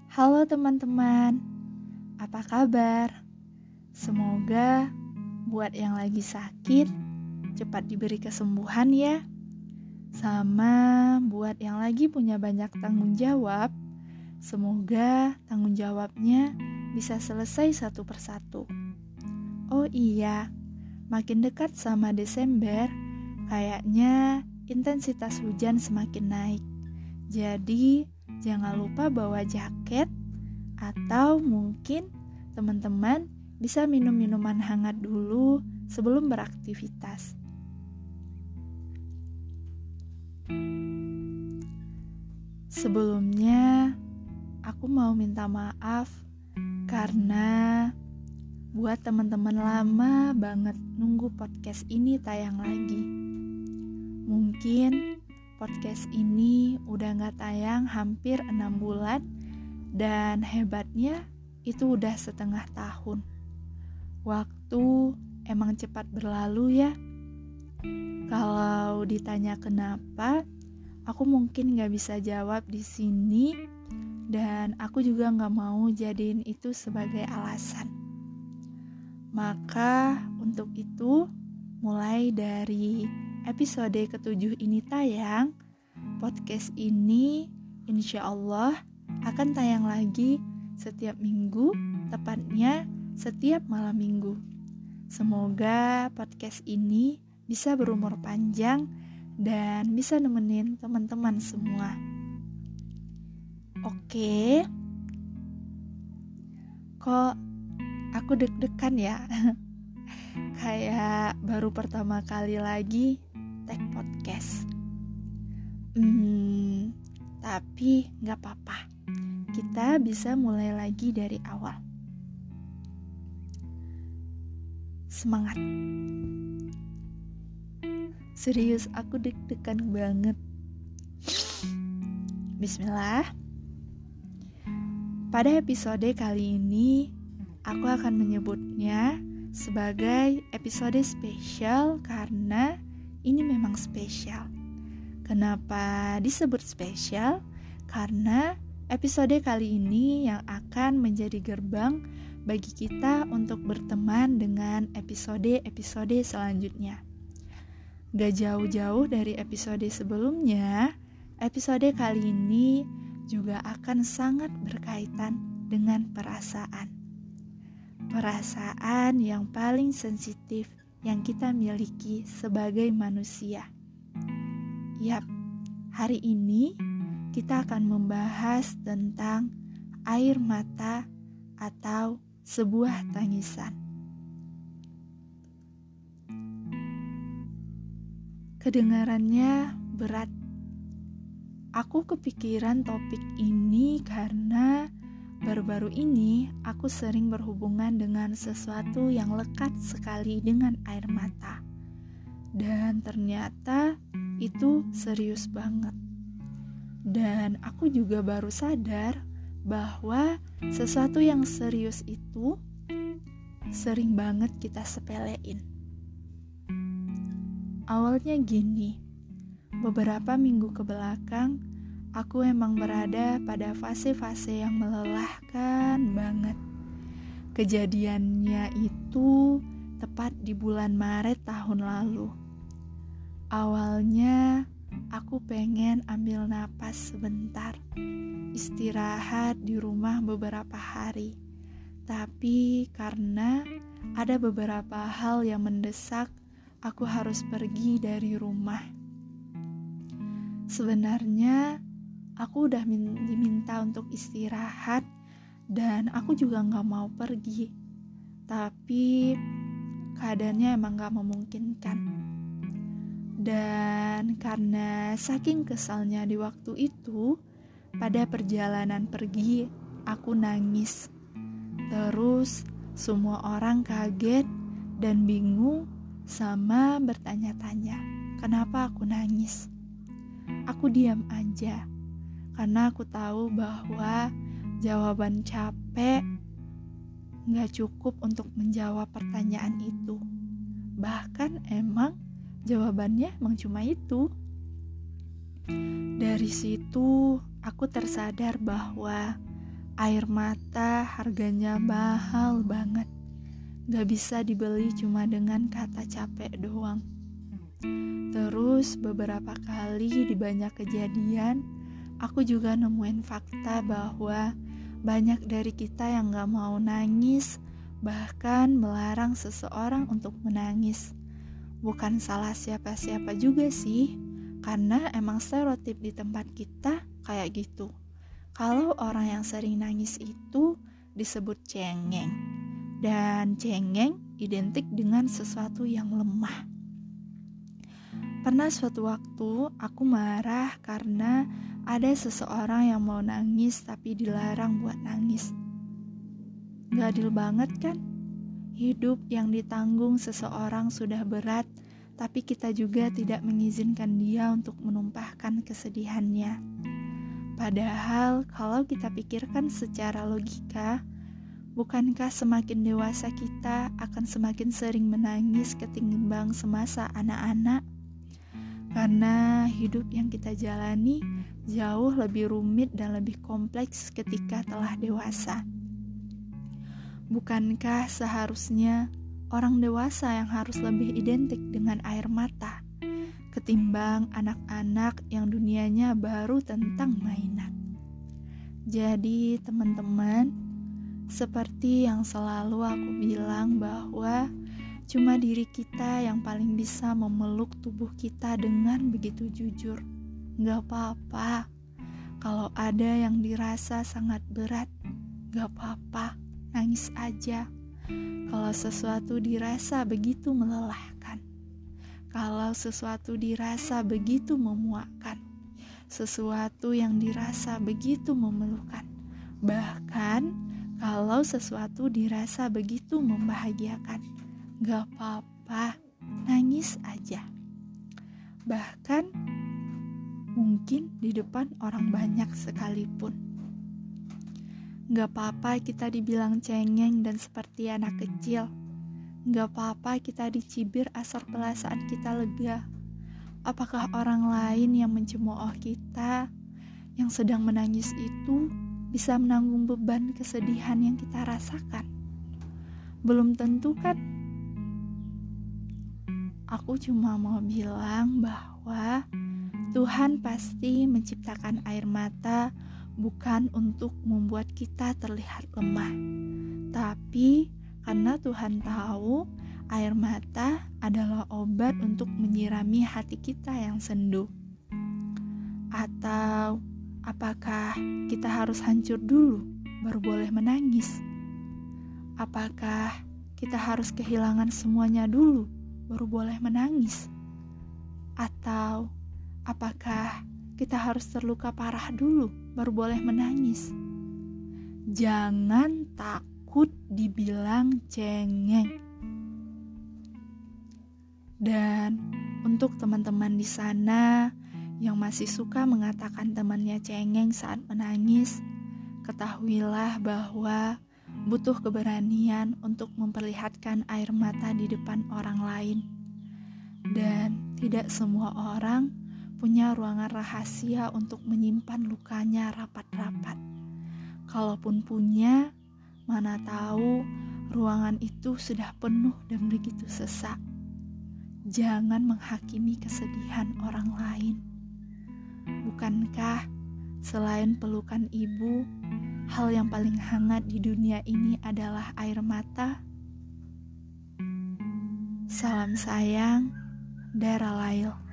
Halo teman-teman, apa kabar? Semoga buat yang lagi sakit, cepat diberi kesembuhan ya. Sama buat yang lagi punya banyak tanggung jawab, semoga tanggung jawabnya bisa selesai satu persatu. Oh iya, makin dekat sama Desember, kayaknya intensitas hujan semakin naik. Jadi, jangan lupa bawa jaket atau mungkin teman-teman bisa minum minuman hangat dulu sebelum beraktivitas. Sebelumnya, aku mau minta maaf karena buat teman-teman lama banget nunggu podcast ini tayang lagi. Mungkin podcast ini udah gak tayang hampir 6 bulan dan hebatnya itu udah setengah tahun. Waktu emang cepat berlalu ya. Kalau ditanya kenapa, aku mungkin gak bisa jawab di sini dan aku juga gak mau jadiin itu sebagai alasan. Maka untuk itu, mulai dari episode ke-7 ini tayang, podcast ini insya Allah akan tayang lagi setiap minggu, tepatnya setiap malam minggu. Semoga podcast ini bisa berumur panjang dan bisa nemenin teman-teman semua. Oke, kok aku deg-degan ya? Kayak baru pertama kali lagi tag podcast. Tapi gak apa-apa. Kita bisa mulai lagi dari awal. Semangat. Serius, aku deg-degan banget. Bismillah. Pada episode kali ini, aku akan menyebutnya sebagai episode spesial karena ini memang spesial. Kenapa disebut spesial? Karena episode kali ini yang akan menjadi gerbang bagi kita untuk berteman dengan episode-episode selanjutnya. Gak jauh-jauh dari episode sebelumnya, episode kali ini juga akan sangat berkaitan dengan perasaan. Perasaan yang paling sensitif yang kita miliki sebagai manusia. Yap, hari ini kita akan membahas tentang air mata atau sebuah tangisan. Kedengarannya berat. Aku kepikiran topik ini karena baru-baru ini aku sering berhubungan dengan sesuatu yang lekat sekali dengan air mata. Dan ternyata itu serius banget. Dan aku juga baru sadar bahwa sesuatu yang serius itu sering banget kita sepelein. Awalnya gini, beberapa minggu ke belakang aku emang berada pada fase-fase yang melelahkan banget. Kejadiannya itu tepat di bulan Maret tahun lalu. Awalnya aku pengen ambil napas sebentar, istirahat di rumah beberapa hari. Tapi karena ada beberapa hal yang mendesak, aku harus pergi dari rumah. Sebenarnya aku udah diminta untuk istirahat dan aku juga gak mau pergi. Tapi keadaannya emang gak memungkinkan. Dan karena saking kesalnya di waktu itu, pada perjalanan pergi aku nangis. Terus semua orang kaget dan bingung sama bertanya-tanya, kenapa aku nangis? Aku diam aja. Karena aku tahu bahwa jawaban capek gak cukup untuk menjawab pertanyaan itu. Bahkan emang jawabannya emang cuma itu. Dari situ aku tersadar bahwa Air mata harganya mahal banget. Gak bisa dibeli cuma dengan kata capek doang. Terus beberapa kali di banyak kejadian, aku juga nemuin fakta bahwa banyak dari kita yang gak mau nangis, bahkan melarang seseorang untuk menangis. Bukan salah siapa-siapa juga sih, karena emang stereotip di tempat kita kayak gitu. Kalau orang yang sering nangis itu disebut cengeng, dan cengeng identik dengan sesuatu yang lemah. Pernah suatu waktu aku marah karena ada seseorang yang mau nangis tapi dilarang buat nangis. Gak adil banget kan? Hidup yang ditanggung seseorang sudah berat, tapi kita juga tidak mengizinkan dia untuk menumpahkan kesedihannya. Padahal kalau kita pikirkan secara logika, bukankah semakin dewasa kita akan semakin sering menangis ketimbang semasa anak-anak? Karena hidup yang kita jalani jauh lebih rumit dan lebih kompleks ketika telah dewasa. Bukankah seharusnya orang dewasa yang harus lebih identik dengan air mata ketimbang anak-anak yang dunianya baru tentang mainan? Jadi teman-teman, seperti yang selalu aku bilang bahwa cuma diri kita yang paling bisa memeluk tubuh kita dengan begitu jujur. Gak apa-apa kalau ada yang dirasa sangat berat, gak apa-apa, nangis aja. Kalau sesuatu dirasa begitu melelahkan, kalau sesuatu dirasa begitu memuakkan, sesuatu yang dirasa begitu memerlukan, bahkan kalau sesuatu dirasa begitu membahagiakan, gak apa-apa, nangis aja. Bahkan mungkin di depan orang banyak sekalipun. Gak apa-apa kita dibilang cengeng dan seperti anak kecil. Gak apa-apa kita dicibir asal perasaan kita lega. Apakah orang lain yang mencemooh kita, yang sedang menangis itu, bisa menanggung beban kesedihan yang kita rasakan? Belum tentu kan? Aku cuma mau bilang bahwa Tuhan pasti menciptakan air mata bukan untuk membuat kita terlihat lemah, tapi karena Tuhan tahu air mata adalah obat untuk menyirami hati kita yang sendu. Atau apakah kita harus hancur dulu baru boleh menangis? Apakah kita harus kehilangan semuanya dulu baru boleh menangis? Atau apakah kita harus terluka parah dulu baru boleh menangis? Jangan takut dibilang cengeng. Dan untuk teman-teman di sana yang masih suka mengatakan temannya cengeng saat menangis, ketahuilah bahwa butuh keberanian untuk memperlihatkan air mata di depan orang lain. Dan tidak semua orang punya ruangan rahasia untuk menyimpan lukanya rapat-rapat. Kalaupun punya, mana tahu ruangan itu sudah penuh dan begitu sesak. Jangan menghakimi kesedihan orang lain. Bukankah selain pelukan ibu, hal yang paling hangat di dunia ini adalah air mata? Salam sayang, Dara Lail.